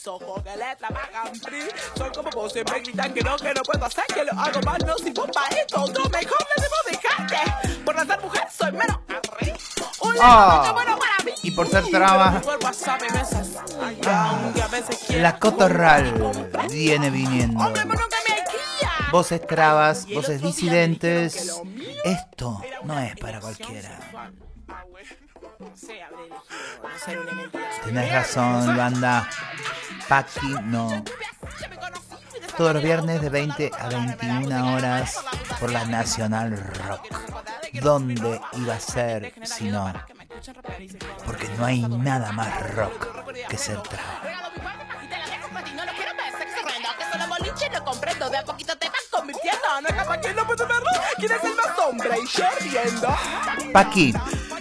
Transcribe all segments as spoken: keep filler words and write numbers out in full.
ojos que le trabajan free. Son como vos, siempre gritan que no, que no puedo hacer, que lo hago mal, no sirvo para esto. No, mejor le debo dejarte. Por no ser mujer soy menos arre. Un Ah, bueno para mí. y por ser traba, la cotorral viene viniendo. Hombre, pero nunca me guía. Voces trabas, voces disidentes. Esto no es para cualquiera. Tenés razón, banda. Paqui, no. Todos los viernes de veinte a veintiuna horas por la Nacional Rock. ¿Dónde iba a ser si no? Porque no hay nada más rock que ser traba. No comprendo, de a poquito te vas convirtiendo. No es capaz que no puedo verlo. ¿Quién es el más hombre? Y yo riendo. Paqui,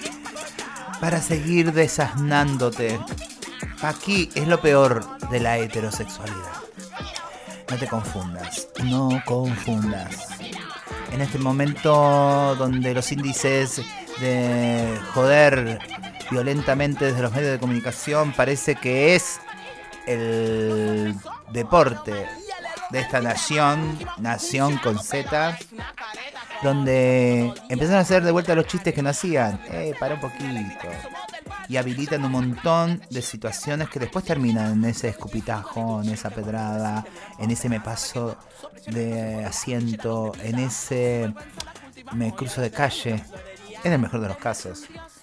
para seguir desasnándote, Paqui es lo peor de la heterosexualidad. No te confundas, no confundas. En este momento donde los índices de joder violentamente desde los medios de comunicación parece que es el deporte de esta nación, nación con Z, donde empezaron a hacer de vuelta los chistes que no hacían. Eh, para un poquito. Y habilitan un montón de situaciones que después terminan en ese escupitajo, en esa pedrada, en ese me paso de asiento, en ese me cruzo de calle, en el mejor de los casos.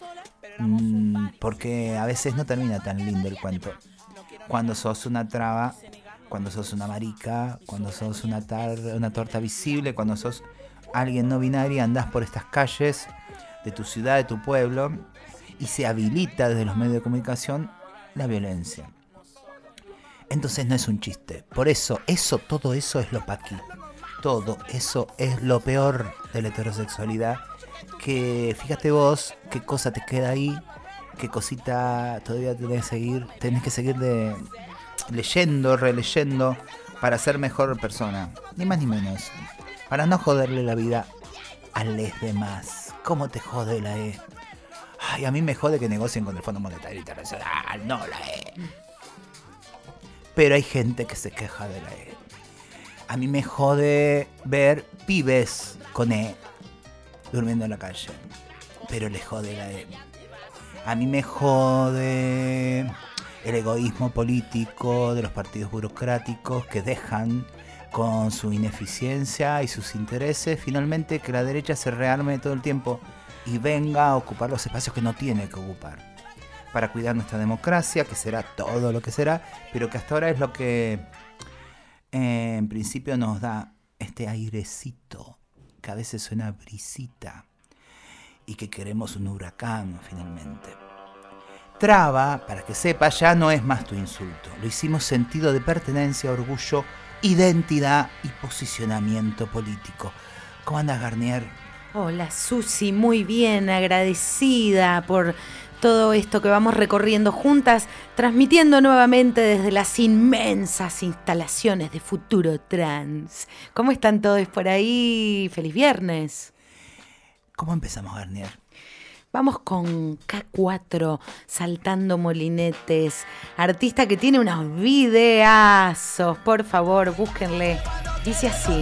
Mm, porque a veces no termina tan lindo el cuento. Cuando sos una traba, cuando sos una marica, cuando sos una, tar- una torta visible, cuando sos alguien no binario, andás por estas calles de tu ciudad, de tu pueblo, y se habilita desde los medios de comunicación la violencia. Entonces no es un chiste. Por eso, eso, todo eso es lo paqui. Todo eso es lo peor de la heterosexualidad. Que fíjate vos qué cosa te queda ahí, qué cosita todavía tenés que seguir, tenés que seguir de leyendo, releyendo para ser mejor persona. Ni más ni menos. Para no joderle la vida a los demás. ¿Cómo te jode la E? Ay, a mí me jode que negocien con el Fondo Monetario Internacional, no la E. Pero hay gente que se queja de la E. A mí me jode ver pibes con E durmiendo en la calle. Pero les jode la E. A mí me jode el egoísmo político de los partidos burocráticos que dejan con su ineficiencia y sus intereses finalmente que la derecha se rearme todo el tiempo y venga a ocupar los espacios que no tiene que ocupar para cuidar nuestra democracia, que será todo lo que será, pero que hasta ahora es lo que eh, en principio nos da este airecito, que a veces suena brisita, y que queremos un huracán finalmente. Traba, para que sepa, ya no es más tu insulto. Lo hicimos sentido de pertenencia, orgullo, identidad y posicionamiento político. ¿Cómo andas, Garnier? Hola, Susi, muy bien, agradecida por todo esto que vamos recorriendo juntas, transmitiendo nuevamente desde las inmensas instalaciones de Futuro Trans. ¿Cómo están todos por ahí? ¡Feliz viernes! ¿Cómo empezamos, Garnier? Vamos con K cuatro, Saltando Molinetes, artista que tiene unos videazos, por favor, búsquenle. Dice así.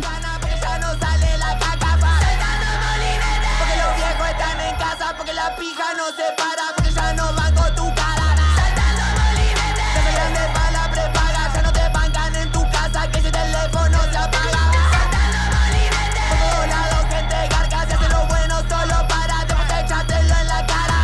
Porque la pija no se para, porque ya no van con tu cara. Saltando molinetes. Desde grande para la prepaga, ya no te bancan en tu casa, que ese teléfono se apaga. Saltando molinetes. Por todos lados gente garca, se hace lo bueno solo para después echártelo en la cara.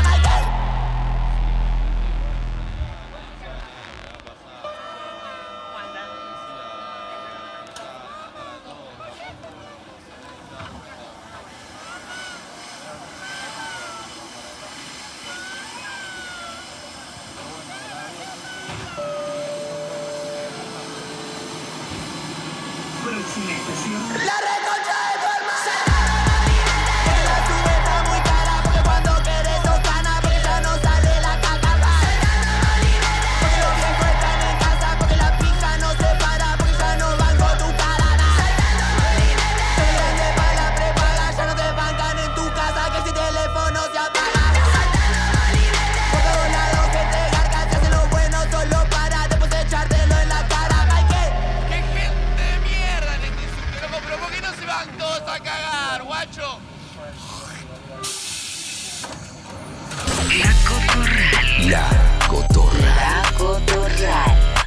Próxima estación. La reconcha de tu hermana. Porque la sube está muy cara, porque cuando querés sos cana, porque ya no sale la caca. Porque los viejos están en casa, porque la pija no se para, porque ya no van con tu cara. Soy grande para la prepaga, ya no te bancan en tu casa, que si teléfono se apaga. Por todos lados gente garca, se hace lo bueno solo para después echártelo en la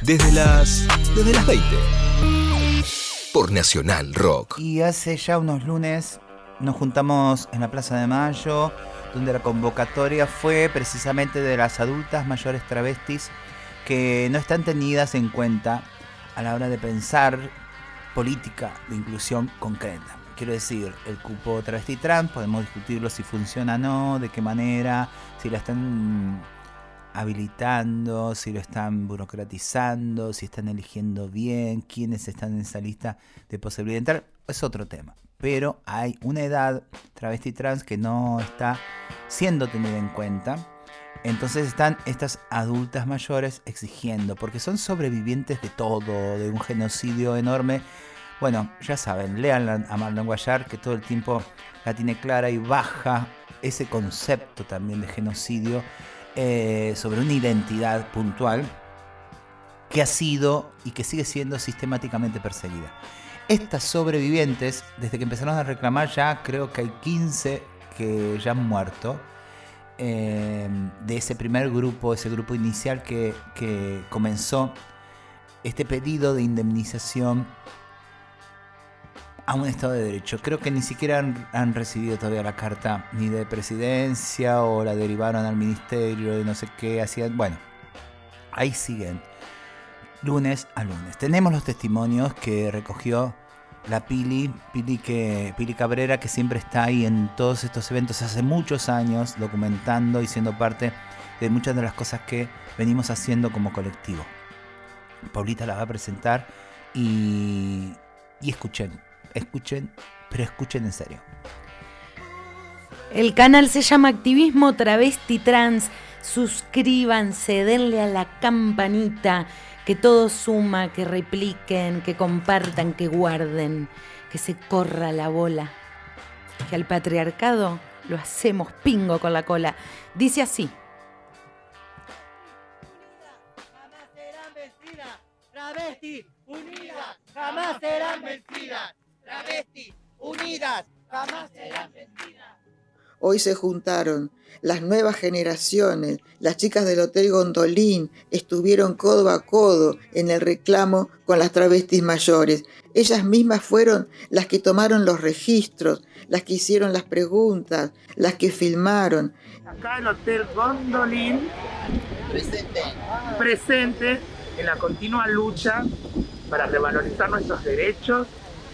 Desde las... desde las veinte. Por Nacional Rock. Y hace ya unos lunes nos juntamos en la Plaza de Mayo, donde la convocatoria fue precisamente de las adultas mayores travestis que no están tenidas en cuenta a la hora de pensar política de inclusión concreta. Quiero decir, el cupo travesti trans, podemos discutirlo si funciona o no, de qué manera, si la están habilitando, si lo están burocratizando, si están eligiendo bien, quiénes están en esa lista de posibilidad de entrar, es otro tema. Pero hay una edad travesti trans que no está siendo tenida en cuenta. Entonces están estas adultas mayores exigiendo, porque son sobrevivientes de todo, de un genocidio enorme. Bueno, ya saben, lean a Marlon Guayar, que todo el tiempo la tiene clara y baja ese concepto también de genocidio eh, sobre una identidad puntual que ha sido y que sigue siendo sistemáticamente perseguida. Estas sobrevivientes, desde que empezaron a reclamar, ya creo que hay quince que ya han muerto. Eh, de ese primer grupo, ese grupo inicial que, que comenzó este pedido de indemnización a un Estado de Derecho. Creo que ni siquiera han, han recibido todavía la carta ni de presidencia o la derivaron al ministerio de no sé qué hacían. Bueno, ahí siguen, lunes a lunes. Tenemos los testimonios que recogió la Pili, Pili, que, Pili Cabrera, que siempre está ahí en todos estos eventos hace muchos años, documentando y siendo parte de muchas de las cosas que venimos haciendo como colectivo. Paulita la va a presentar y, y escuchen, escuchen, pero escuchen en serio. El canal se llama Activismo Travesti Trans. Suscríbanse, denle a la campanita. Que todo suma, que repliquen, que compartan, que guarden, que se corra la bola. Que al patriarcado lo hacemos pingo con la cola. Dice así. Jamás serán vencidas, travesti, unidas, jamás serán vencidas, travesti, unidas, jamás serán vencidas. Hoy se juntaron las nuevas generaciones, las chicas del Hotel Gondolín estuvieron codo a codo en el reclamo con las travestis mayores. Ellas mismas fueron las que tomaron los registros, las que hicieron las preguntas, las que filmaron. Acá el Hotel Gondolín, Presente. presente en la continua lucha para revalorizar nuestros derechos.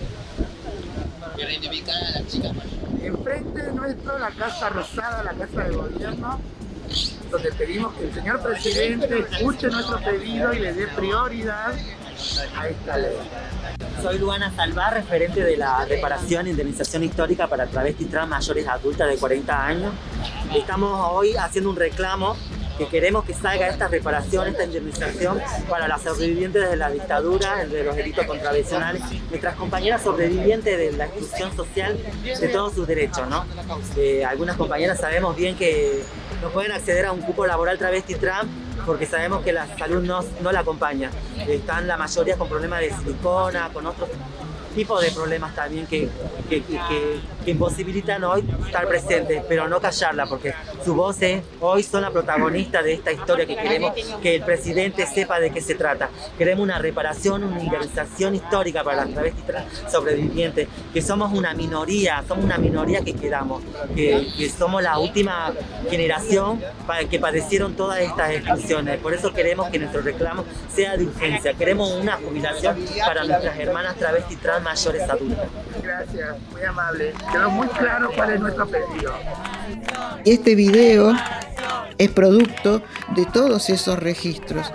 Y reivindicar a las chicas mayores. Enfrente de nuestro, la Casa Rosada, la Casa de Gobierno, donde pedimos que el señor presidente escuche nuestro pedido y le dé prioridad a esta ley. Soy Luana Salvar, referente de la reparación e indemnización histórica para travestis trans mayores adultas de cuarenta años. Estamos hoy haciendo un reclamo que queremos que salga esta reparación, esta indemnización para las sobrevivientes de la dictadura, de los delitos contravencionales, nuestras compañeras sobrevivientes de la exclusión social de todos sus derechos, ¿no? Eh, algunas compañeras sabemos bien que no pueden acceder a un cupo laboral travesti trans porque sabemos que la salud no, no la acompaña. Están la mayoría con problemas de silicona, con otros tipos de problemas también que, que, que, que, que imposibilitan hoy estar presentes, pero no callarla, porque sus voces hoy son la protagonista de esta historia que queremos que el presidente sepa de qué se trata. Queremos una reparación, una indemnización histórica para las travestis sobrevivientes, que somos una minoría, somos una minoría que quedamos, que, que somos la última generación que padecieron todas estas exclusiones. Por eso queremos que nuestro reclamo sea de urgencia. Queremos una jubilación para nuestras hermanas travestis trans mayores adultas. Gracias, muy amable. Quedó muy claro cuál es nuestro pedido. Este video es producto de todos esos registros.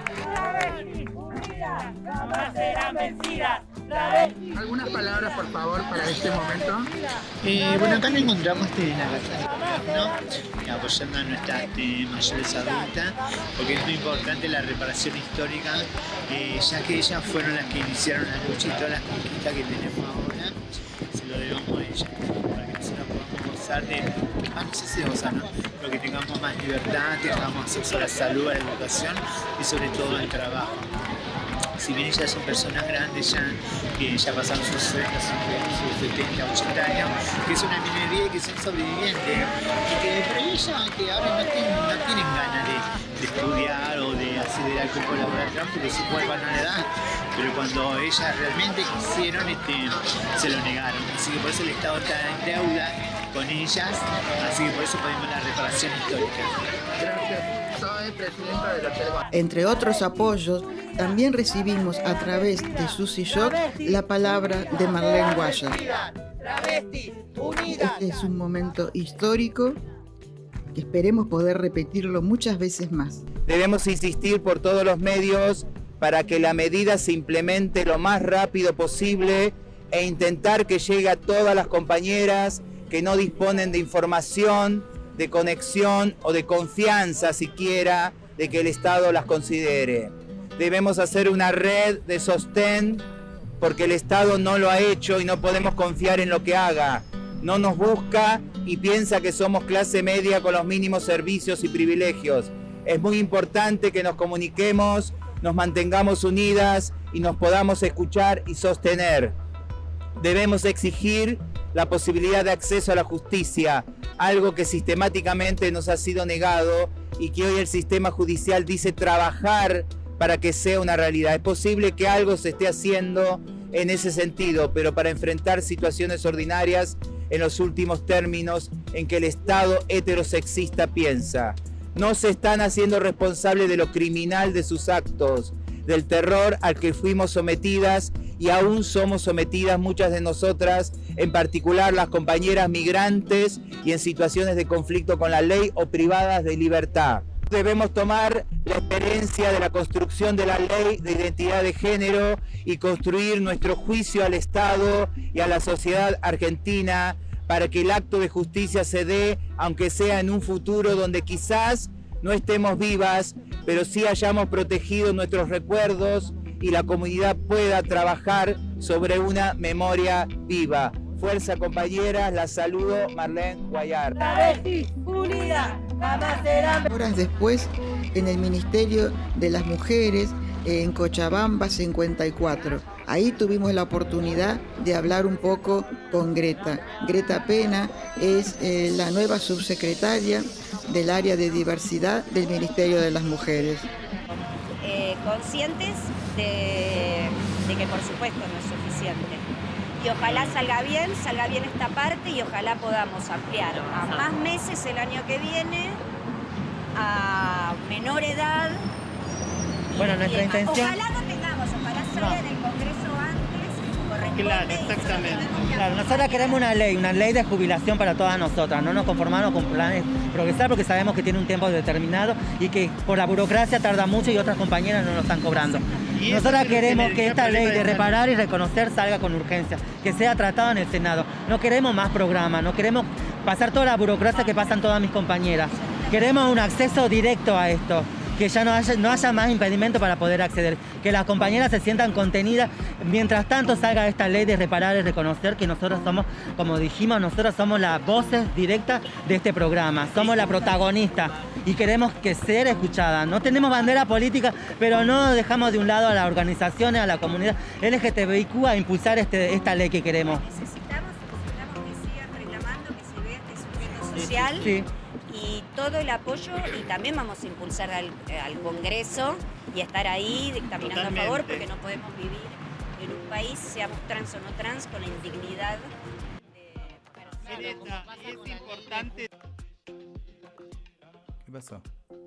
¿Algunas palabras, por favor, para este momento? Eh, bueno, acá nos encontramos en la Casa de Gobierno, apoyando a nuestras eh, mayores adultas, porque es muy importante la reparación histórica, eh, ya que ellas fueron las que iniciaron la lucha y todas las conquistas que tenemos ahora, se lo debemos a ellas, para que nosotros podamos gozar de, ah, no sé si de gozar, ¿no? Pero que tengamos más libertad, tengamos acceso a la salud, a la educación y sobre todo al trabajo. si bien ellas son personas grandes ya, que ya pasaron sus, sus, sus setenta, ochenta años, que es una minoría y que son sobrevivientes, y que por ahí ya, que ahora no tienen, no tienen ganas de, de estudiar o de acceder al cuerpo laboral porque su cuerpo no le da, pero cuando ellas realmente quisieron, este, se lo negaron, así que por eso el Estado está en deuda con ellas, así que por eso pedimos la reparación histórica. Gracias. Soy presidenta de la Terba. Entre otros apoyos, también recibimos a través de Susi Shock la palabra de Marlene Guaya. Este es un momento histórico que esperemos poder repetirlo muchas veces más. Debemos insistir por todos los medios para que la medida se implemente lo más rápido posible e intentar que llegue a todas las compañeras que no disponen de información, de conexión o de confianza siquiera de que el Estado las considere. Debemos hacer una red de sostén porque el Estado no lo ha hecho y no podemos confiar en lo que haga. No nos busca y piensa que somos clase media con los mínimos servicios y privilegios. Es muy importante que nos comuniquemos, nos mantengamos unidas y nos podamos escuchar y sostener. Debemos exigir la posibilidad de acceso a la justicia, algo que sistemáticamente nos ha sido negado y que hoy el sistema judicial dice trabajar para que sea una realidad. Es posible que algo se esté haciendo en ese sentido, pero para enfrentar situaciones ordinarias en los últimos términos en que el Estado heterosexista piensa. No se están haciendo responsables de lo criminal de sus actos, del terror al que fuimos sometidas y aún somos sometidas muchas de nosotras, en particular las compañeras migrantes y en situaciones de conflicto con la ley o privadas de libertad. Debemos tomar la experiencia de la construcción de la ley de identidad de género y construir nuestro juicio al Estado y a la sociedad argentina para que el acto de justicia se dé, aunque sea en un futuro donde quizás no estemos vivas, pero sí hayamos protegido nuestros recuerdos y la comunidad pueda trabajar sobre una memoria viva. Fuerza, compañeras, la saludo, Marlene Guayar. Horas después, en el Ministerio de las Mujeres, en Cochabamba cincuenta y cuatro. Ahí tuvimos la oportunidad de hablar un poco con Greta. Greta Pena es eh, la nueva subsecretaria del área de diversidad del Ministerio de las Mujeres. Eh, conscientes de, de que por supuesto no es suficiente. Y ojalá salga bien, salga bien esta parte y ojalá podamos ampliar a más meses el año que viene, a menor edad. Bueno, nuestra intención... Ojalá no tengamos, ojalá salga en el Congreso antes, corresponde. Claro, exactamente. Claro, nosotros queremos una ley, una ley de jubilación para todas nosotras. No nos conformamos con planes progresar porque sabemos que tiene un tiempo determinado y que por la burocracia tarda mucho y otras compañeras no lo están cobrando. Nosotras queremos que esta ley de reparar y reconocer salga con urgencia, que sea tratada en el Senado. No queremos más programas, no queremos pasar toda la burocracia que pasan todas mis compañeras. Queremos un acceso directo a esto, que ya no haya, no haya más impedimento para poder acceder, que las compañeras se sientan contenidas. Mientras tanto salga esta ley de reparar y reconocer que nosotros somos, como dijimos, nosotros somos las voces directas de este programa, somos la protagonista y queremos que ser escuchadas. No tenemos bandera política, pero no dejamos de un lado a las organizaciones, a la comunidad L G T B I Q a impulsar este, esta ley que queremos. Necesitamos, necesitamos que sigan reclamando, que se vea este sujeto social. Sí. Y todo el apoyo, y también vamos a impulsar al, al Congreso y estar ahí dictaminando Totalmente. a favor, porque no podemos vivir en un país, seamos trans o no trans, con la indignidad de... Greta, es importante... ¿Qué pasó?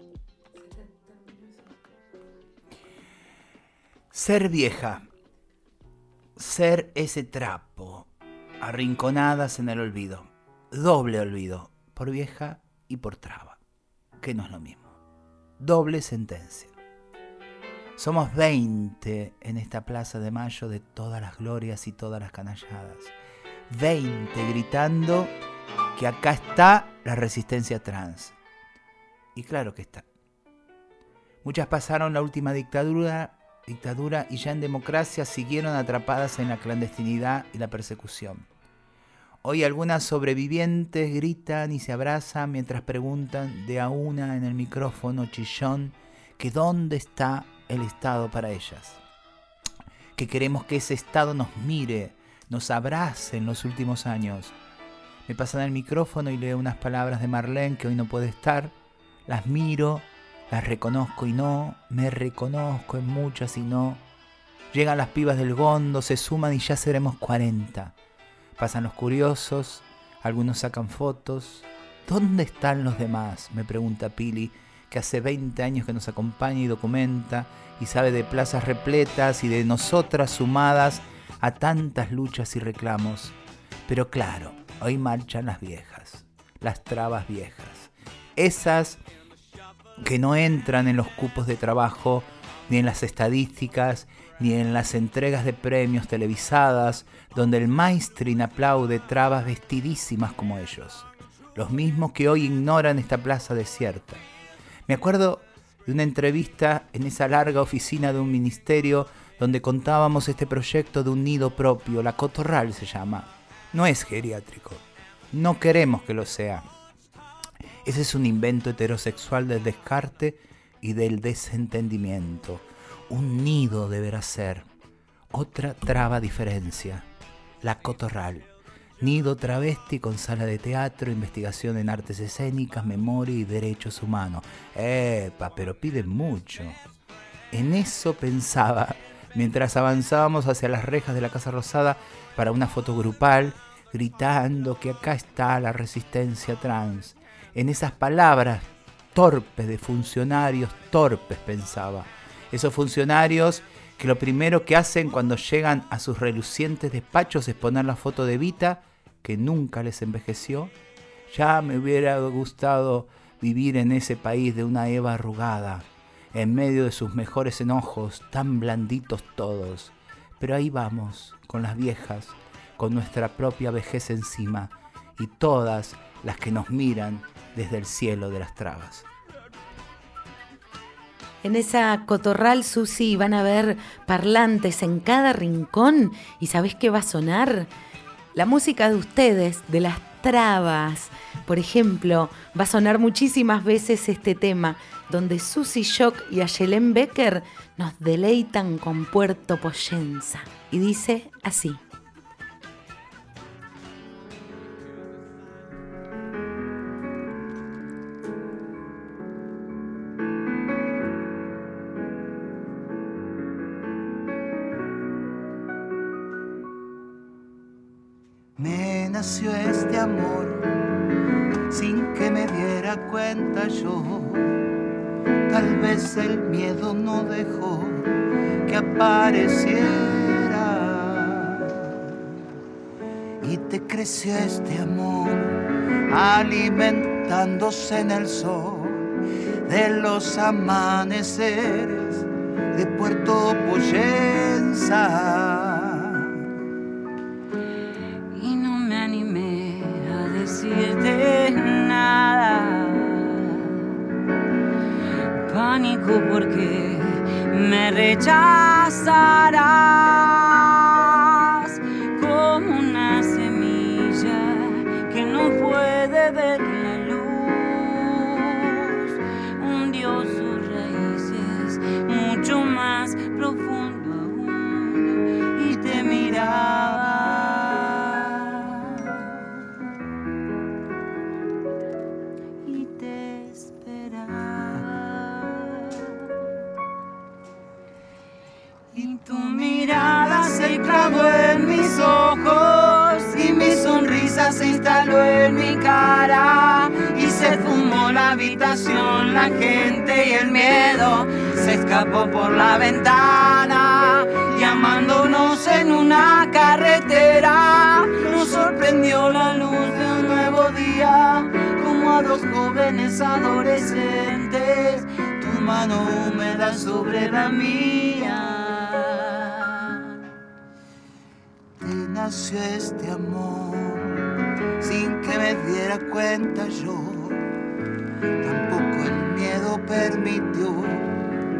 Ser vieja, ser ese trapo, arrinconadas en el olvido, doble olvido, por vieja y por traba, que no es lo mismo. Doble sentencia. Somos veinte en esta Plaza de Mayo de todas las glorias y todas las canalladas. veinte gritando que acá está la resistencia trans. Y claro que está. Muchas pasaron la última dictadura, dictadura y ya en democracia siguieron atrapadas en la clandestinidad y la persecución. Hoy algunas sobrevivientes gritan y se abrazan mientras preguntan de a una en el micrófono chillón que dónde está el Estado para ellas. que queremos que ese estado nos mire, nos abrace en los últimos años. Me pasan el micrófono y leo unas palabras de Marlene que hoy no puede estar, las miro, las reconozco y no, me reconozco en muchas y no. Llegan las pibas del Gondo, se suman y ya seremos cuarenta. Pasan los curiosos, algunos sacan fotos. ¿Dónde están los demás?, me pregunta Pili, que hace veinte años que nos acompaña y documenta y sabe de plazas repletas y de nosotras sumadas a tantas luchas y reclamos. Pero claro, hoy marchan las viejas, las trabas viejas, esas que no entran en los cupos de trabajo, ni en las estadísticas, ni en las entregas de premios televisadas, donde el mainstream aplaude trabas vestidísimas como ellos, los mismos que hoy ignoran esta plaza desierta. Me acuerdo de una entrevista en esa larga oficina de un ministerio donde contábamos este proyecto de un nido propio, la Cotorral se llama. No es geriátrico, no queremos que lo sea. Ese es un invento heterosexual del descarte y del desentendimiento. Un nido deberá ser. Otra traba diferencia, la Cotorral. Nido travesti con sala de teatro, investigación en artes escénicas, memoria y derechos humanos. Epa, pero piden mucho. En eso pensaba mientras avanzábamos hacia las rejas de la Casa Rosada para una foto grupal, gritando que acá está la resistencia trans. En esas palabras torpes de funcionarios torpes, pensaba. Esos funcionarios que lo primero que hacen cuando llegan a sus relucientes despachos es poner la foto de Vita, que nunca les envejeció. Ya me hubiera gustado vivir en ese país de una Eva arrugada, en medio de sus mejores enojos, tan blanditos todos. Pero ahí vamos, con las viejas, con nuestra propia vejez encima, y todas las que nos miran desde el cielo de las trabas. En esa Cotorral, Susi, van a ver parlantes en cada rincón. ¿Y sabés qué va a sonar? La música de ustedes, de las trabas. Por ejemplo, va a sonar muchísimas veces este tema, donde Susi Shock y Ayelén Becker nos deleitan con Puerto Poyenza. Y dice así. Me nació este amor sin que me diera cuenta yo. Tal vez el miedo no dejó que apareciera. Y te creció este amor alimentándose en el sol de los amaneceres de Puerto Poyenza. Decirte nada, pánico porque me rechazarás como una semilla que no puede ver la luz, hundió sus raíces mucho más profundo aún y te miraba. Tu mirada se clavó en mis ojos y mi sonrisa se instaló en mi cara y se fumó la habitación, la gente y el miedo se escapó por la ventana, llamándonos en una carretera. Nos sorprendió la luz de un nuevo día, como a dos jóvenes adolescentes, tu mano húmeda sobre la mía. Nació este amor sin que me diera cuenta yo. Tampoco el miedo permitió que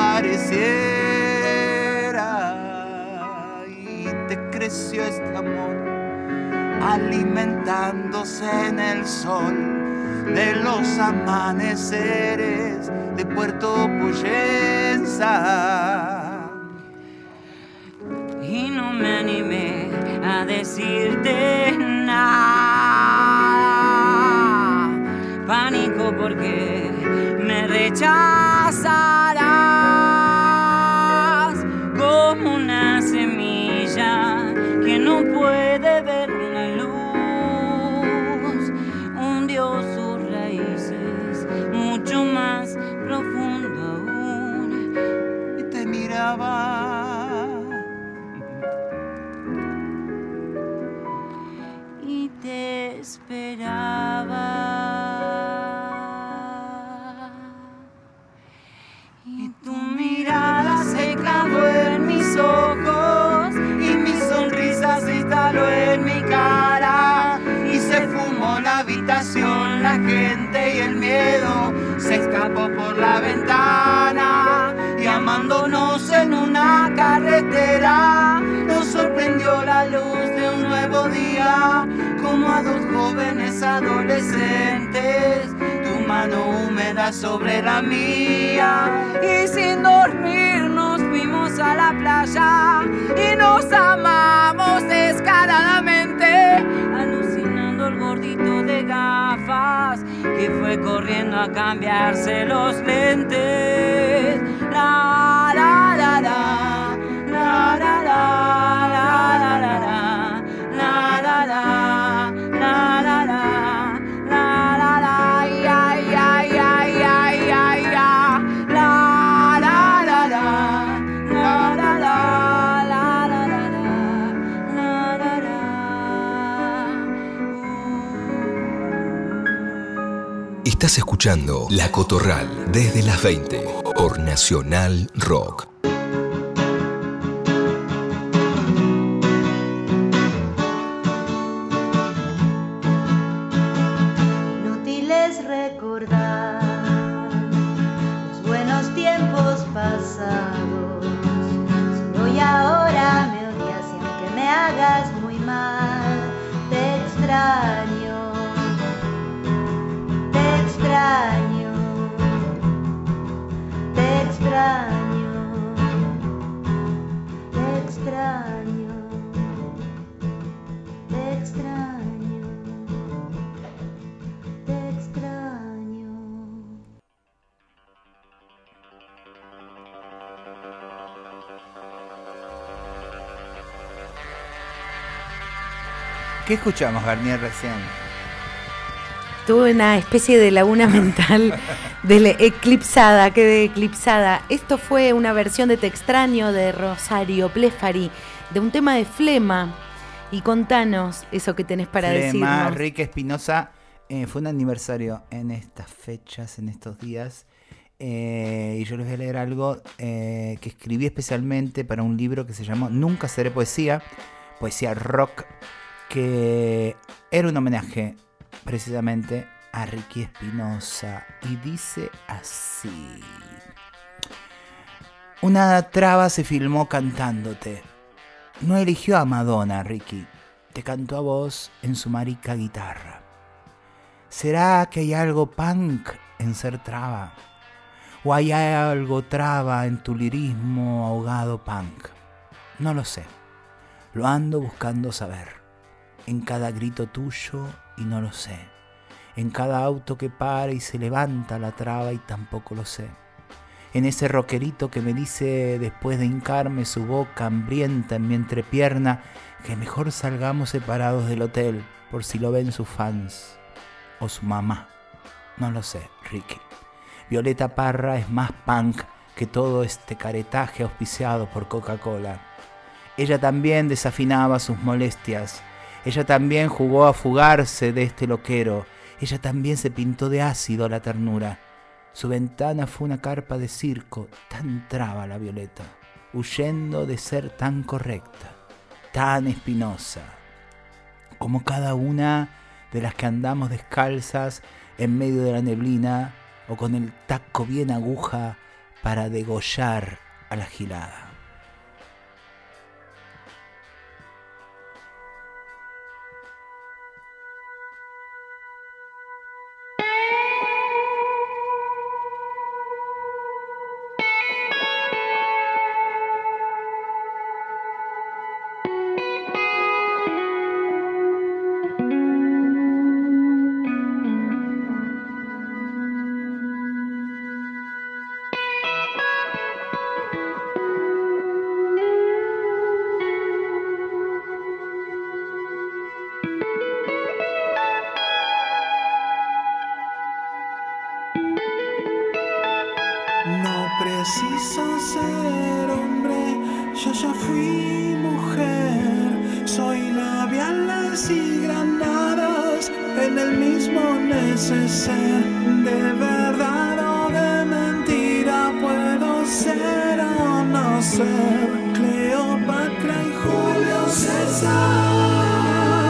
apareciera. Y te creció este amor alimentándose en el sol de los amaneceres de Puerto Poyenza. a decirte nada. Pánico porque me rechazarás como una semilla que no puede ver la luz. Hundió sus raíces mucho más profundo aún y te miraba y te esperaba. Y tu mirada se clavó en mis ojos y mi sonrisa se instaló en mi cara y se fumó la habitación, la gente y el miedo se escapó por la ventana y amándonos en una carretera nos sorprendió la luz de un nuevo día como a dos jóvenes adolescentes, tu mano húmeda sobre la mía y sin dormir nos fuimos a la playa y nos amamos descaradamente, alucinando el gordito de gafas que fue corriendo a cambiarse los lentes. La la la la la la la la la la la la la la la la Estás escuchando La Cotorral desde las veinte por Nacional Rock. Inútil es recordar los buenos tiempos pasados. Si hoy ahora me odias y aunque me hagas muy mal, te extraño. Te extraño, te extraño, te extraño, te extraño, te extraño. ¿Qué escuchamos, Garnier, recién? Tuve una especie de laguna mental de la eclipsada, quedé eclipsada. Esto fue una versión de Te extraño de Rosario Plefari, de un tema de Flema. Y contanos eso que tenés para Flema, decirnos. Rick Espinosa, eh, fue un aniversario en estas fechas, en estos días. Eh, y yo les voy a leer algo eh, que escribí especialmente para un libro que se llamó Nunca seré poesía, poesía rock, que era un homenaje precisamente a Ricky Espinosa y dice así: una traba se filmó cantándote, no eligió a Madonna, Ricky, te cantó a vos en su marica guitarra. ¿Será que hay algo punk en ser traba? ¿O hay algo traba en tu lirismo ahogado punk? No lo sé, lo ando buscando saber. En cada grito tuyo y no lo sé. En cada auto que para y se levanta la traba y tampoco lo sé. En ese rockerito que me dice después de hincarme su boca hambrienta en mi entrepierna que mejor salgamos separados del hotel por si lo ven sus fans o su mamá. No lo sé, Ricky. Violeta Parra es más punk que todo este caretaje auspiciado por Coca-Cola. Ella también desafinaba sus molestias. Ella también jugó a fugarse de este loquero. Ella también se pintó de ácido la ternura. Su ventana fue una carpa de circo, tan traba la Violeta, huyendo de ser tan correcta, tan espinosa, como cada una de las que andamos descalzas en medio de la neblina o con el taco bien aguja para degollar a la gilada. preciso ser hombre, yo ya fui mujer. Soy labiales y granadas en el mismo neceser. De verdad o de mentira puedo ser o no ser. Cleopatra y Julio César.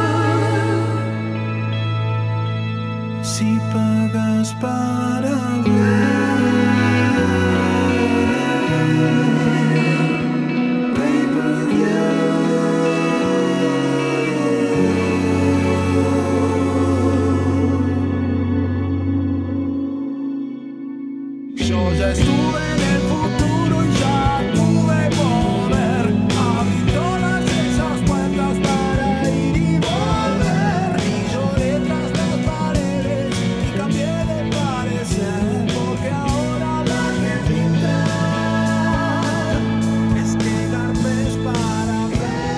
Si pagas para ver. Yo ya estuve en el futuro y ya tuve poder. Abrí todas esas puertas para ir y volver. Y lloré tras las paredes y cambié de parecer. Porque ahora la que pinta es quedarme es para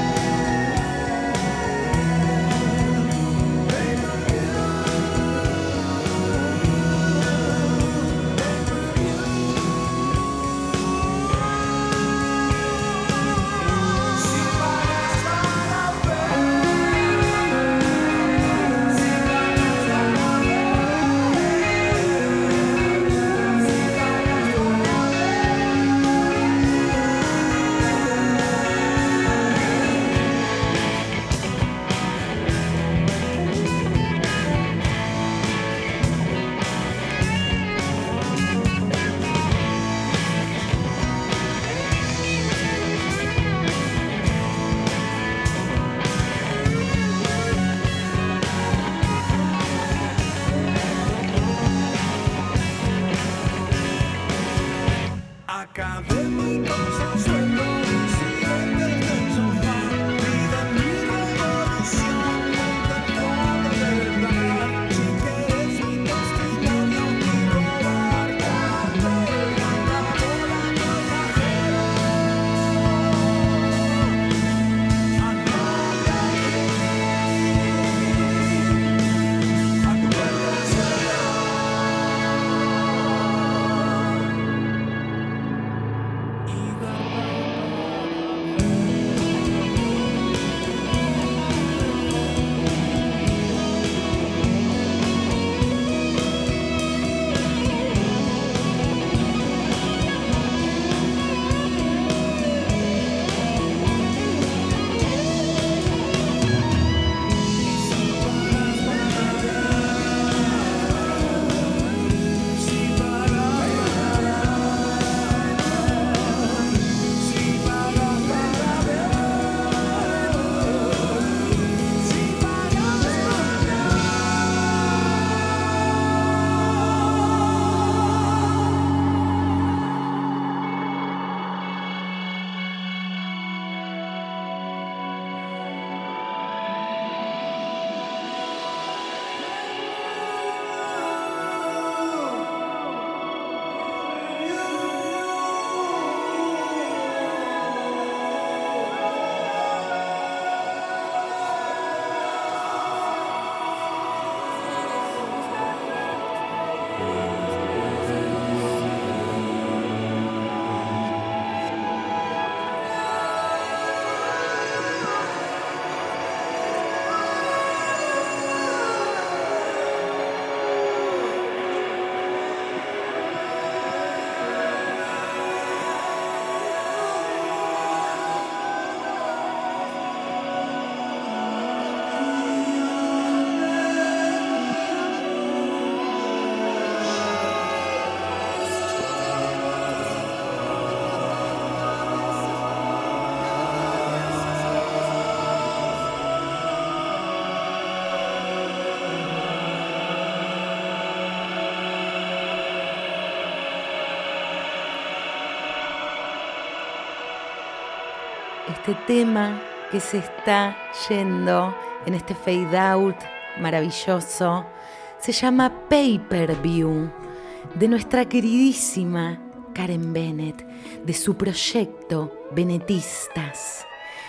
este tema que se está yendo en este fade out maravilloso se llama Pay-Per-View, de nuestra queridísima Karen Bennett, de su proyecto Benetistas.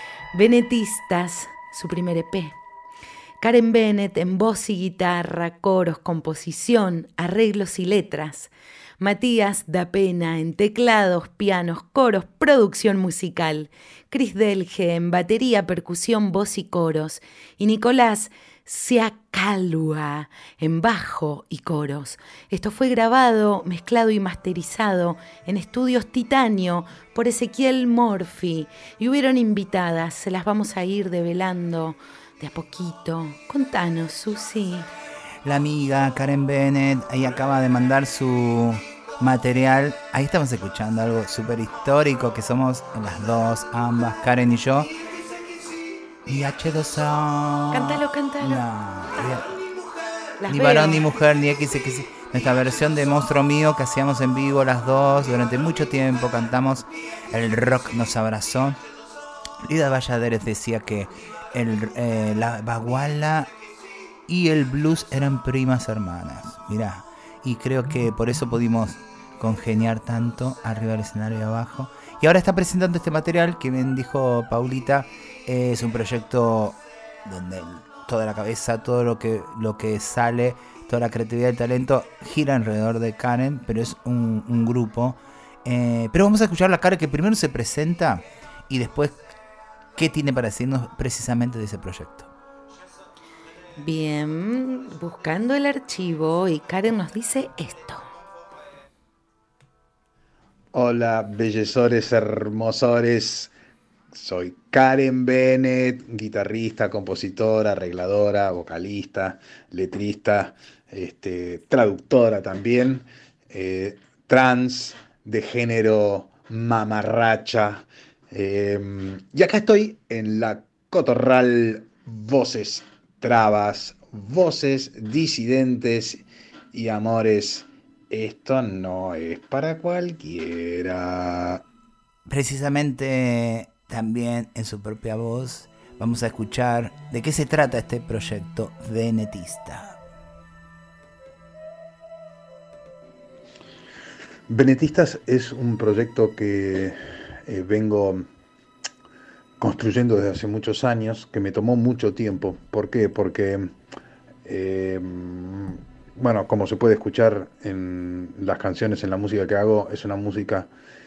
Benetistas, su primer E P. Karen Bennett en voz y guitarra, coros, composición, arreglos y letras. Matías da Pena en teclados, pianos, coros, producción musical. Cris Delge en batería, percusión, voz y coros. Y Nicolás Siacalua en bajo y coros. Esto fue grabado, mezclado y masterizado en Estudios Titanio por Ezequiel Morphy. Y hubieron invitadas, se las vamos a ir develando de a poquito. Contanos, Susi. La amiga Karen Bennett ahí acaba de mandar su material. Ahí estamos escuchando algo súper histórico que somos las dos, ambas, Karen y yo. Y H dos O. Cántalo, cántalo. No, Las ni veo. varón ni mujer ni X X. Nuestra versión de Monstruo Mío que hacíamos en vivo las dos durante mucho tiempo. Cantamos El rock nos abrazó. Lida Valladares decía que el, eh, la baguala y el blues eran primas hermanas. Mirá, y creo que por eso pudimos congeniar tanto arriba del escenario y abajo. Y ahora está presentando este material que bien dijo Paulita. Es un proyecto donde toda la cabeza, todo lo que, lo que sale, toda la creatividad y el talento gira alrededor de Karen, pero es un, un grupo. Eh, pero vamos a escuchar la Karen que primero se presenta y después qué tiene para decirnos precisamente de ese proyecto. Bien, buscando el archivo y Karen nos dice esto. Hola, bellezores, hermosores. Soy Karen Bennett, guitarrista, compositora, arregladora, vocalista, letrista, este, traductora también, eh, trans, de género mamarracha. Eh, y acá estoy en la Cotorral Voces Trabas, voces disidentes y amores. Esto no es para cualquiera. Precisamente también en su propia voz vamos a escuchar de qué se trata este proyecto venetista. Venetistas es un proyecto que eh, vengo construyendo desde hace muchos años, que me tomó mucho tiempo. ¿Por qué? Porque, eh, bueno, como se puede escuchar en las canciones, en la música que hago, es una música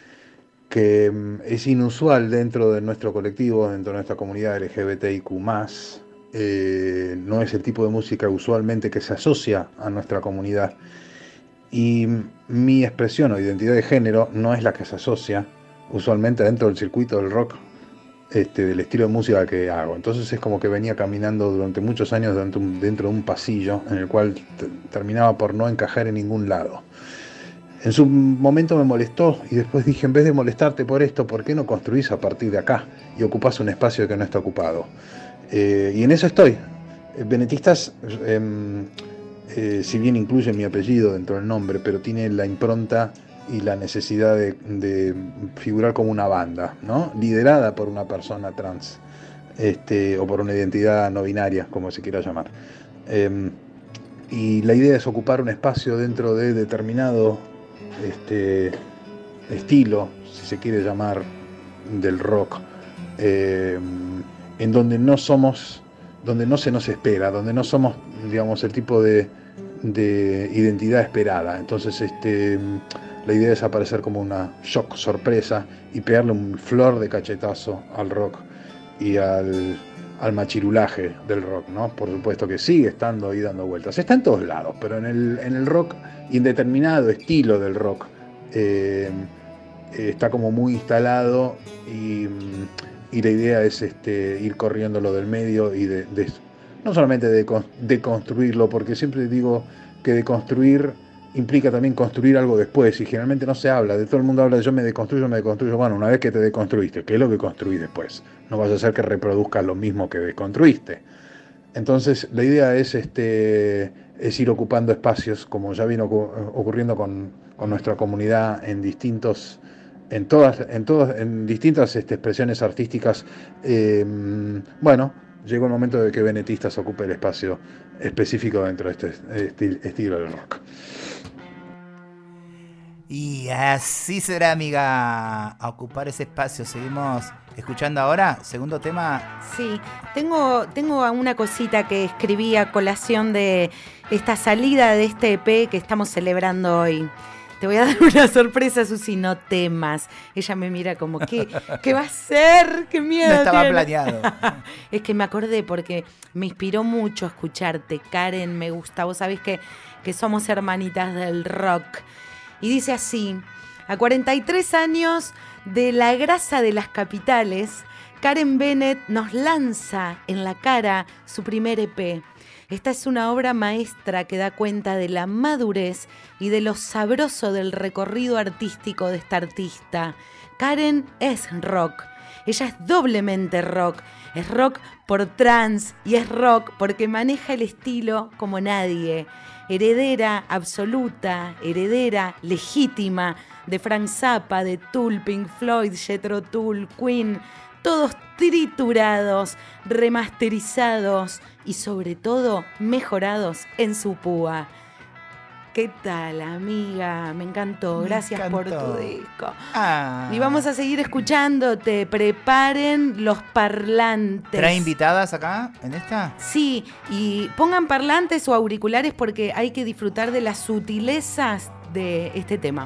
que es inusual dentro de nuestro colectivo, dentro de nuestra comunidad L G B T I Q más. Eh, no es el tipo de música usualmente que se asocia a nuestra comunidad. Y mi expresión o identidad de género no es la que se asocia usualmente dentro del circuito del rock, este, del estilo de música que hago. Entonces es como que venía caminando durante muchos años dentro, dentro de un pasillo en el cual t- terminaba por no encajar en ningún lado. En su momento me molestó y después dije, en vez de molestarte por esto, ¿por qué no construís a partir de acá y ocupás un espacio que no está ocupado? Eh, y en eso estoy. Venetistas, eh, eh, si bien incluye mi apellido dentro del nombre, pero tiene la impronta y la necesidad de, de figurar como una banda, ¿no? Liderada por una persona trans, este, o por una identidad no binaria, como se quiera llamar. Eh, y la idea es ocupar un espacio dentro de determinado este estilo, si se quiere llamar, del rock, eh, en donde no somos, donde no se nos espera, donde no somos, digamos, el tipo de, de identidad esperada. Entonces, este, la idea es aparecer como una shock sorpresa y pegarle un flor de cachetazo al rock y al, al machirulaje del rock, ¿no? Por supuesto que sigue estando ahí dando vueltas. Está en todos lados, pero en el, en el rock y en determinado estilo del rock eh, está como muy instalado y, y la idea es este, ir corriéndolo del medio y de, de no solamente de, de construirlo, porque siempre digo que de construir implica también construir algo después, y generalmente no se habla, de todo el mundo habla de yo me deconstruyo, me deconstruyo. Bueno, una vez que te deconstruiste, ¿qué es lo que construís después? No vaya a ser que reproduzcas lo mismo que desconstruiste. Entonces la idea es, este, es ir ocupando espacios, como ya vino ocurriendo con, con nuestra comunidad en distintos, en todas, en todas, en distintas este, expresiones artísticas. Eh, bueno, llegó el momento de que Venetistas ocupe el espacio específico dentro de este estil, estilo del rock. Y así será, amiga, a ocupar ese espacio. Seguimos escuchando ahora, segundo tema. Sí, tengo, tengo una cosita que escribí a colación de esta salida de este E P que estamos celebrando hoy. Te voy a dar una sorpresa, Susi, no temas. Ella me mira como, ¿qué, ¿qué va a ser? ¡Qué miedo! No estaba tiene. planeado. Es que me acordé porque me inspiró mucho escucharte. Karen, me gusta. Vos sabés que, que somos hermanitas del rock. Y dice así, a cuarenta y tres años de la grasa de las capitales, Karen Bennett nos lanza en la cara su primer E P. Esta es una obra maestra que da cuenta de la madurez y de lo sabroso del recorrido artístico de esta artista. Karen es rock. Ella es doblemente rock. Es rock por trans y es rock porque maneja el estilo como nadie. Heredera absoluta, heredera legítima de Frank Zappa, de Tool, Pink Floyd, Jethro Tull, Queen, todos triturados, remasterizados y sobre todo mejorados en su púa. ¿Qué tal, amiga? Me encantó. Me Gracias encantó. por tu disco. Ah. Y vamos a seguir escuchándote. Preparen los parlantes. ¿Trae invitadas acá en esta? Sí, y pongan parlantes o auriculares porque hay que disfrutar de las sutilezas de este tema.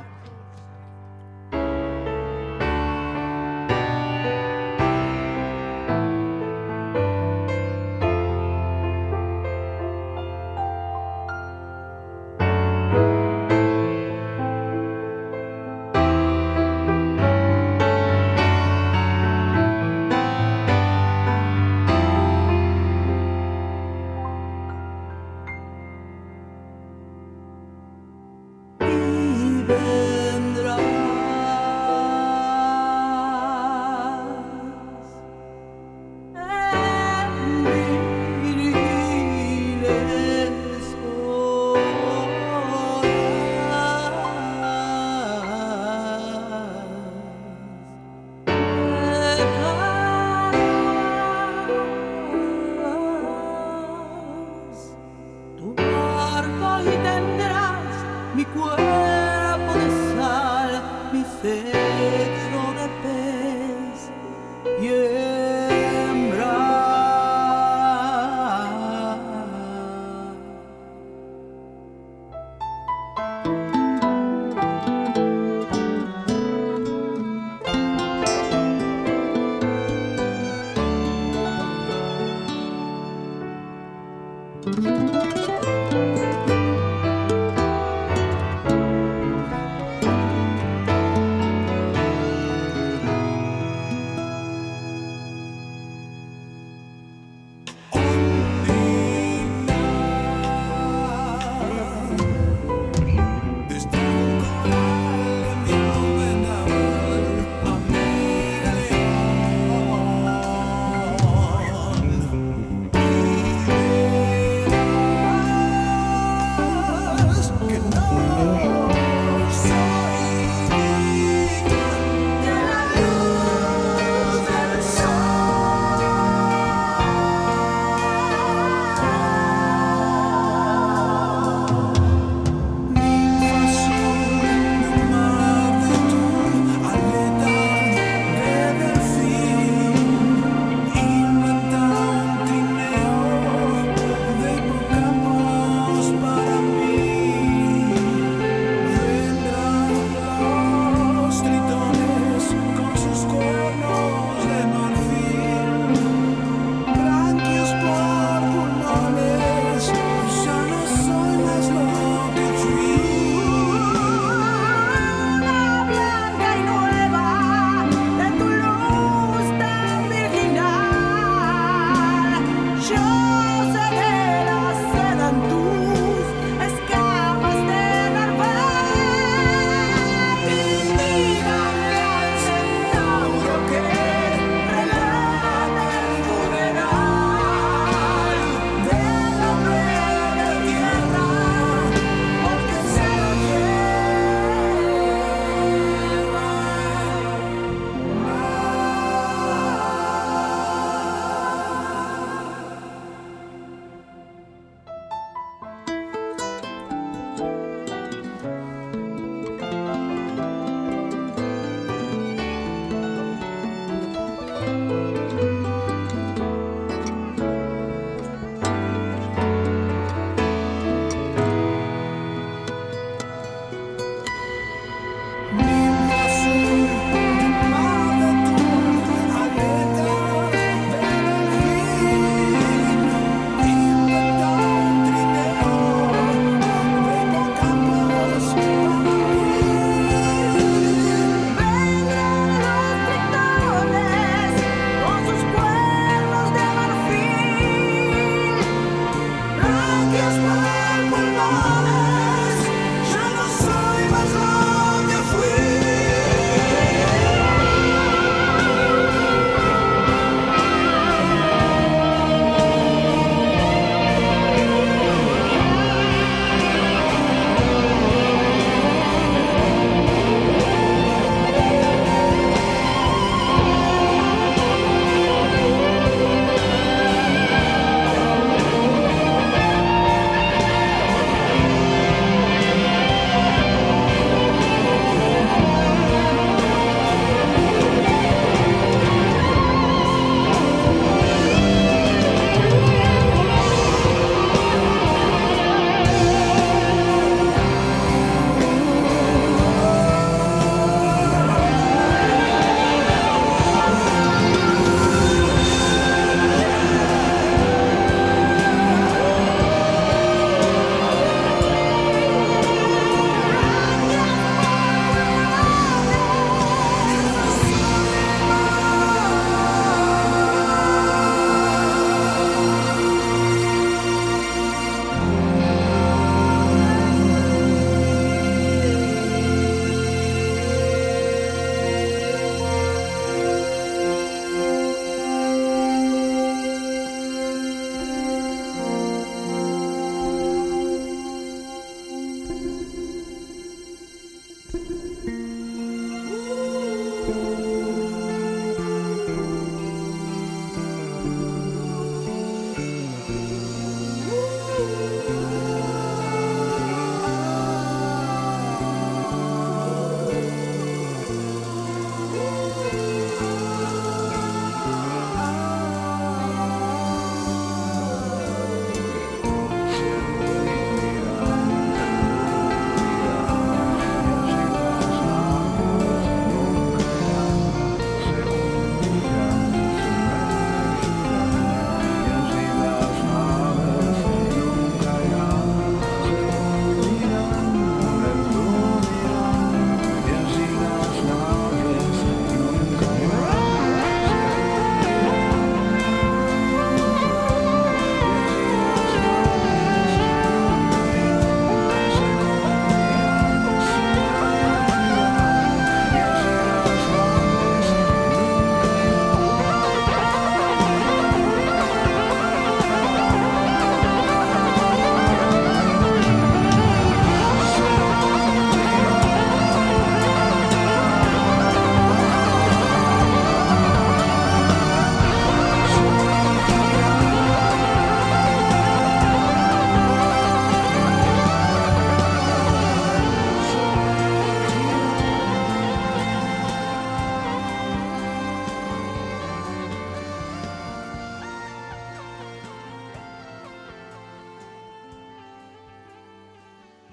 Thank you.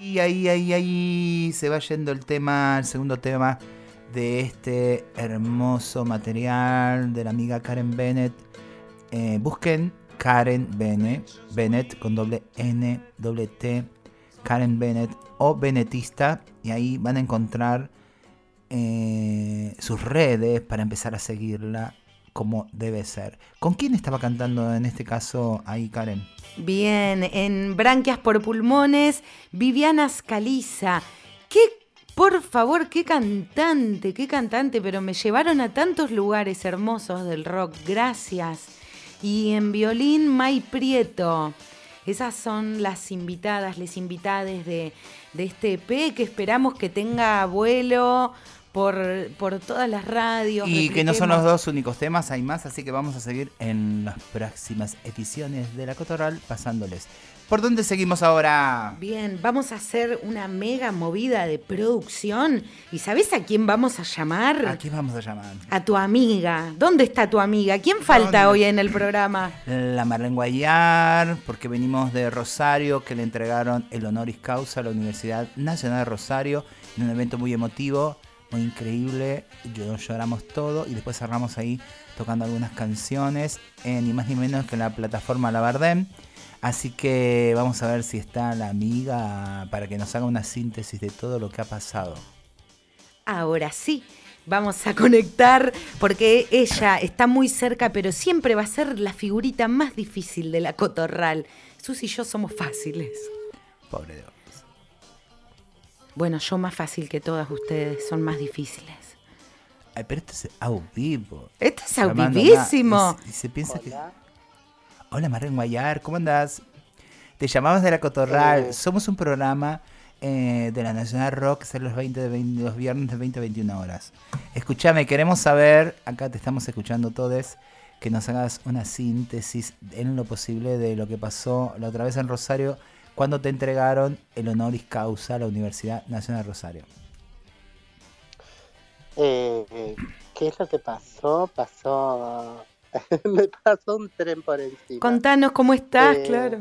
Y ahí, ahí, ahí se va yendo el tema, el segundo tema de este hermoso material de la amiga Karen Bennett. Eh, busquen Karen Bennett, Bennett con doble N, doble T, Karen Bennett o Benetista, y ahí van a encontrar eh, sus redes para empezar a seguirla como debe ser. ¿Con quién estaba cantando en este caso ahí, Karen? Bien, en Branquias por Pulmones, Viviana Scaliza. Qué, por favor, qué cantante, qué cantante, pero me llevaron a tantos lugares hermosos del rock, gracias. Y en violín, May Prieto. Esas son las invitadas, les invitades de, de este E P que esperamos que tenga vuelo por, por todas las radios. Y que no son repliquemos. los dos únicos temas, hay más, así que vamos a seguir en las próximas ediciones de La Cotorral pasándoles. ¿Por dónde seguimos ahora? Bien, vamos a hacer una mega movida de producción. ¿Y sabés a quién vamos a llamar? ¿A quién vamos a llamar? A tu amiga. ¿Dónde está tu amiga? ¿Quién falta ¿Dónde? hoy en el programa? La Marlene Guayar, porque venimos de Rosario, que le entregaron el honoris causa a la Universidad Nacional de Rosario, en un evento muy emotivo, muy increíble. Yo, lloramos todo y después cerramos ahí tocando algunas canciones, eh, ni más ni menos que en la plataforma La Bardem. Así que vamos a ver si está la amiga para que nos haga una síntesis de todo lo que ha pasado. Ahora sí, vamos a conectar porque ella está muy cerca, pero siempre va a ser la figurita más difícil de La Cotorral. Susi y yo somos fáciles. Pobre Dios. Bueno, yo más fácil que todas ustedes, son más difíciles. Ay, pero esto es au vivo. Esto es Armando, audivísimo. nada, Y, se- y se piensa que... Hola, Marlene Guayar, ¿cómo andás? Te llamamos de La Cotorral. Eh. Somos un programa eh, de la Nacional Rock, que sale los, veinte de veinte, los viernes de veinte a veintiuna horas. Escúchame, queremos saber, acá te estamos escuchando todos, que nos hagas una síntesis en lo posible de lo que pasó la otra vez en Rosario, cuando te entregaron el honoris causa a la Universidad Nacional de Rosario. Eh, eh, ¿Qué es lo que pasó? Pasó... me pasó un tren por encima. Contanos cómo estás, Eh, claro.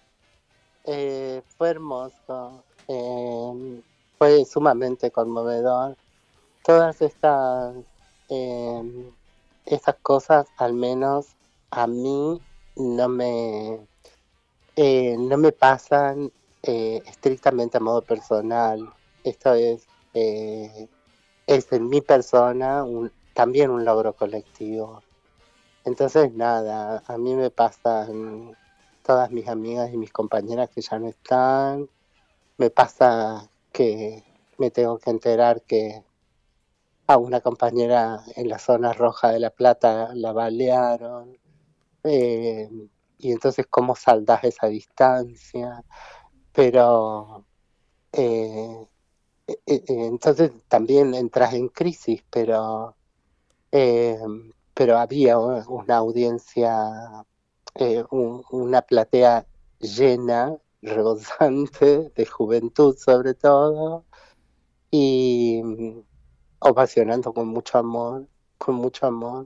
Eh, fue hermoso, eh, fue sumamente conmovedor. Todas estas, eh, estas cosas, al menos a mí, no me, eh, no me pasan eh, estrictamente a modo personal. Esto es, eh, es en mi persona un- también un logro colectivo. Entonces, nada, a mí me pasan todas mis amigas y mis compañeras que ya no están. Me pasa que me tengo que enterar que a una compañera en la zona roja de La Plata la balearon. Eh, y entonces, ¿cómo saldás esa distancia? Pero, eh, eh, eh, entonces también entras en crisis, pero... eh, pero había u- una audiencia, eh, un- una platea llena, rebosante, de juventud sobre todo, y mm, ovacionando con mucho amor, con mucho amor.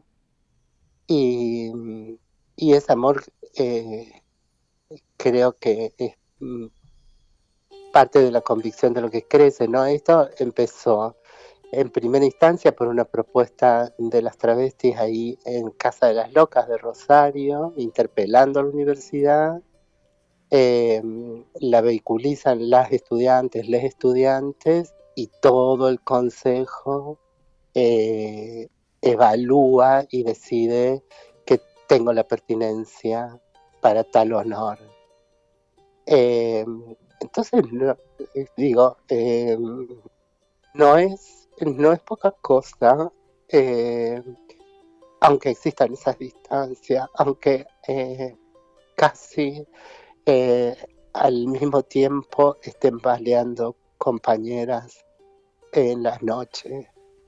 Y, mm, y ese amor eh, creo que es mm, parte de la convicción de lo que crece, ¿no? Esto empezó en primera instancia por una propuesta de las travestis ahí en Casa de las Locas de Rosario, interpelando a la universidad. Eh, la vehiculizan las estudiantes, les estudiantes, y todo el consejo eh, evalúa y decide que tengo la pertinencia para tal honor. Eh, entonces, no, eh, digo, eh, no es no es poca cosa, eh, aunque existan esas distancias, aunque eh, casi eh, al mismo tiempo estén baleando compañeras en las noches.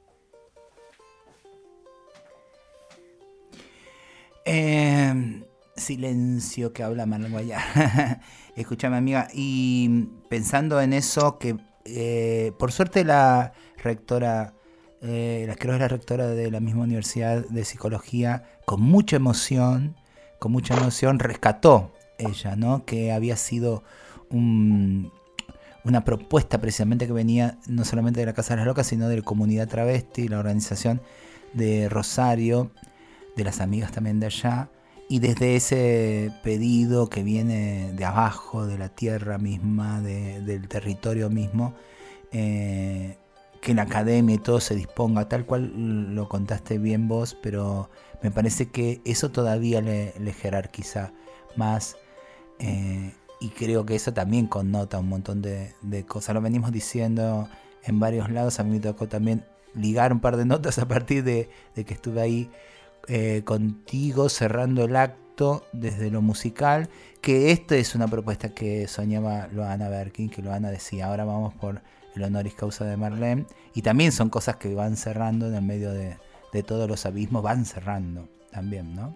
Eh, silencio que habla Marlene Guayar. Escúchame, amiga, y pensando en eso, que eh, por suerte la rectora, eh, la, creo que es la rectora de la misma universidad de psicología, con mucha emoción, con mucha emoción rescató ella, ¿no? Que había sido un, una propuesta precisamente que venía no solamente de la Casa de las Locas, sino de la Comunidad Travesti, la organización de Rosario, de las amigas también de allá, y desde ese pedido que viene de abajo, de la tierra misma, de, del territorio mismo, eh, que la academia y todo se disponga, tal cual lo contaste bien vos, pero me parece que eso todavía le, le jerarquiza más, eh, y creo que eso también connota un montón de, de cosas. Lo venimos diciendo en varios lados. A mí me tocó también ligar un par de notas a partir de, de que estuve ahí eh, contigo cerrando el acto desde lo musical, que esto es una propuesta que soñaba Loana Berkin, que Loana decía, ahora vamos por el honoris causa de Marlene, y también son cosas que van cerrando en el medio de, de todos los abismos, van cerrando también, ¿no?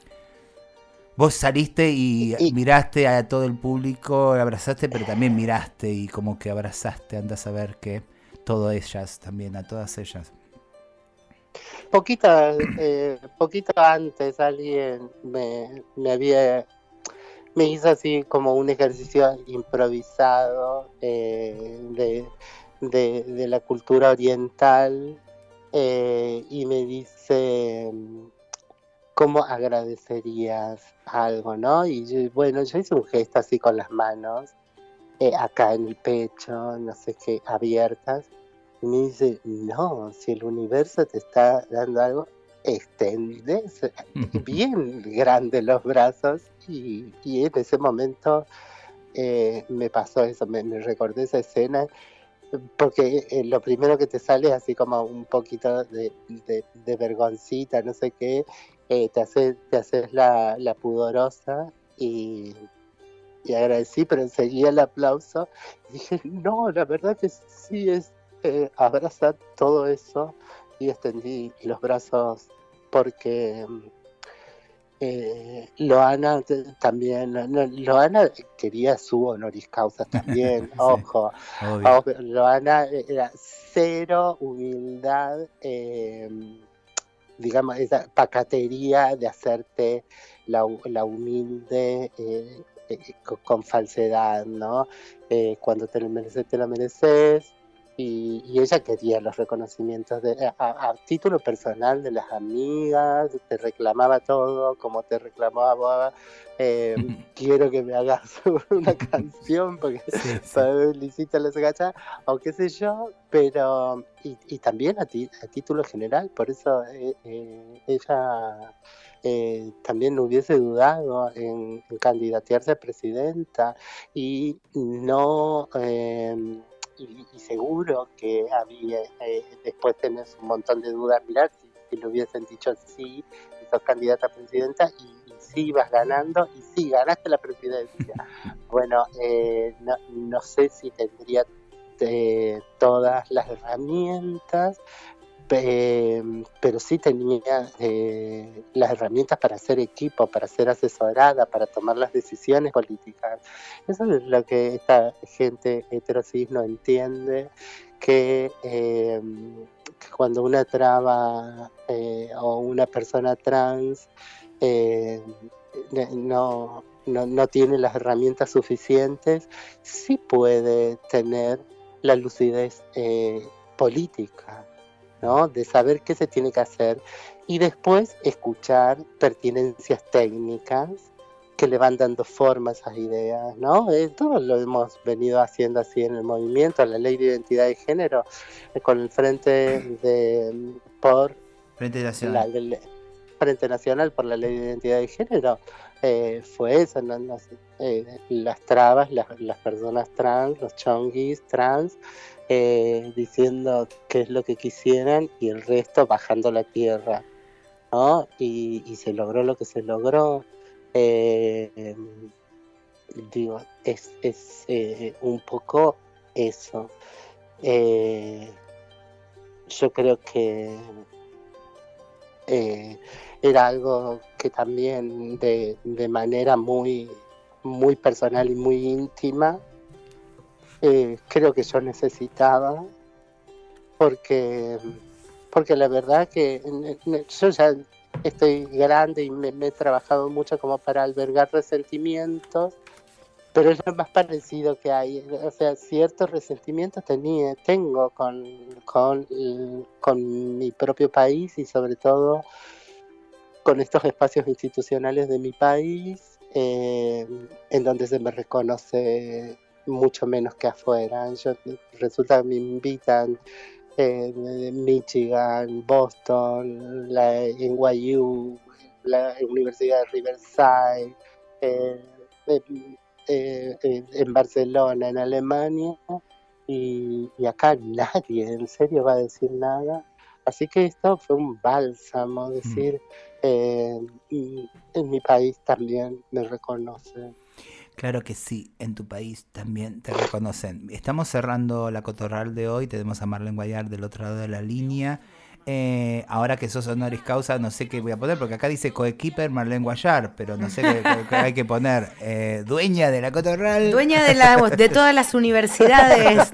Vos saliste y, y miraste a todo el público, abrazaste, pero también miraste y como que abrazaste, andas a ver que todas ellas también, a todas ellas. Poquito, eh, poquito antes alguien me, me había, me hizo así como un ejercicio improvisado eh, de, de, de la cultura oriental eh, y me dice, ¿cómo agradecerías algo, no? Y yo, bueno, yo hice un gesto así con las manos, eh, acá en el pecho, no sé qué, abiertas. Y me dice, no, si el universo te está dando algo, extendes bien grande los brazos. Y, y en ese momento eh, me pasó eso, me, me recordé esa escena, porque eh, lo primero que te sale es así como un poquito de, de, de vergoncita, no sé qué, eh, te haces te haces la, la pudorosa y, y agradecí, pero enseguida el aplauso. Y dije, no, la verdad que sí es eh, abrazar todo eso, y extendí los brazos porque eh, Loana t- también, no, Loana quería su honoris causa también, sí, ojo, ojo, Loana era cero humildad, eh, digamos, esa pacatería de hacerte la, la humilde eh, eh, con, con falsedad, ¿no? Eh, cuando te lo mereces, te lo mereces. Y, y ella quería los reconocimientos de, a, a título personal de las amigas, te reclamaba todo, como te reclamaba, eh, quiero que me hagas una canción porque sí, sí. Felicita las gachas, o qué sé yo, pero y, y también a, ti, a título general, por eso eh, eh, ella eh, también no hubiese dudado en, en candidatearse a presidenta y no... Eh, Y, y seguro que había, eh, después tenés un montón de dudas, mirá, si, si le hubiesen dicho sí, sos candidata a presidenta y, y sí vas ganando, y sí, ganaste la presidencia. Bueno, eh, no, no sé si tendría eh, todas las herramientas, eh, pero sí tenía eh, las herramientas para hacer equipo, para ser asesorada, para tomar las decisiones políticas. Eso es lo que esta gente heterosis no entiende, que, eh, que cuando una traba eh, o una persona trans eh, no, no, no tiene las herramientas suficientes, sí puede tener la lucidez eh, política, ¿no? De saber qué se tiene que hacer y después escuchar pertinencias técnicas que le van dando forma a esas ideas, ¿no? Eh, todos lo hemos venido haciendo así en el movimiento, la ley de identidad de género, eh, con el Frente de por Frente Nacional. La, la, Frente Nacional por la ley de identidad de género, eh, fue eso, ¿no? No sé, eh, las trabas, las, las personas trans, los chonguis trans, Eh, diciendo qué es lo que quisieran y el resto bajando la tierra, ¿no? Y, y se logró lo que se logró. Eh, eh, digo, es, es eh, un poco eso. Eh, yo creo que eh, era algo que también de, de manera muy, muy personal y muy íntima, Eh, creo que yo necesitaba, porque porque la verdad que yo ya estoy grande y me, me he trabajado mucho como para albergar resentimientos pero es lo más parecido que hay. O sea, cierto resentimiento tenía, tengo con, con, con mi propio país y sobre todo con estos espacios institucionales de mi país, eh, en donde se me reconoce mucho menos que afuera. Yo, resulta que me invitan eh, Michigan, Boston, la N Y U, la Universidad de Riverside, eh, eh, eh, eh, en Barcelona, en Alemania, y, y acá nadie en serio va a decir nada. Así que esto fue un bálsamo, decir, eh, y en mi país también me reconocen. Claro que sí, en tu país también te reconocen. Estamos cerrando la cotorral de hoy, tenemos a Marlene Guayar del otro lado de la línea. Eh, ahora que sos honoris causa, no sé qué voy a poner, porque acá dice coequiper Marlene Guayar, pero no sé qué, qué hay que poner. Eh, dueña de la cotorral. Dueña de, la, de todas las universidades.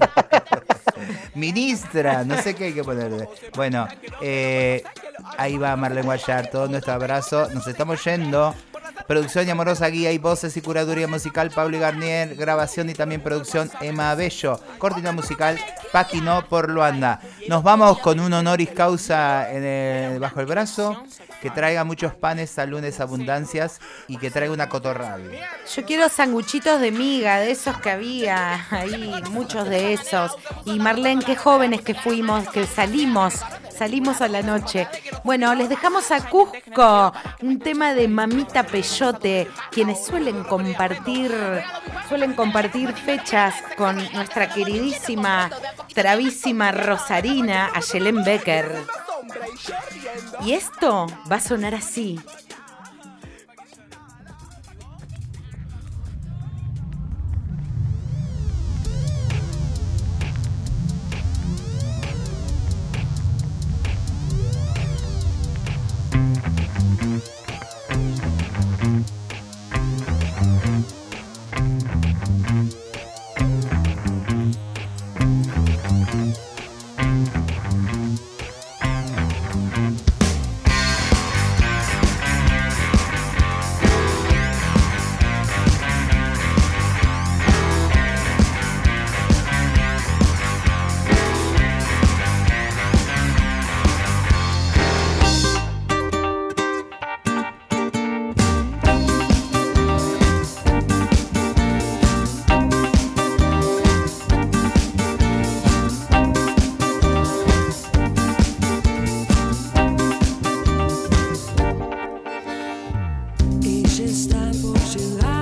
Ministra, no sé qué hay que poner. Bueno, eh, ahí va Marlene Guayar, todo nuestro abrazo. Nos estamos yendo. Producción y amorosa guía y voces y curaduría musical Pablo Garnier, grabación y también producción Emma Bello, cortina musical Paquino por Luanda. Nos vamos con un honoris causa en el, bajo el brazo, que traiga muchos panes, saludes, abundancias y que traiga una cotorral. Yo quiero sanguchitos de miga, de esos que había ahí, muchos de esos. Y Marlene, qué jóvenes que fuimos, que salimos, salimos a la noche. Bueno, les dejamos a Cusco, un tema de Mamita Peyote, quienes suelen compartir, suelen compartir fechas con nuestra queridísima, bravísima Rosarina, Ayelen Becker. Y esto va a sonar así. Ella está por llegar.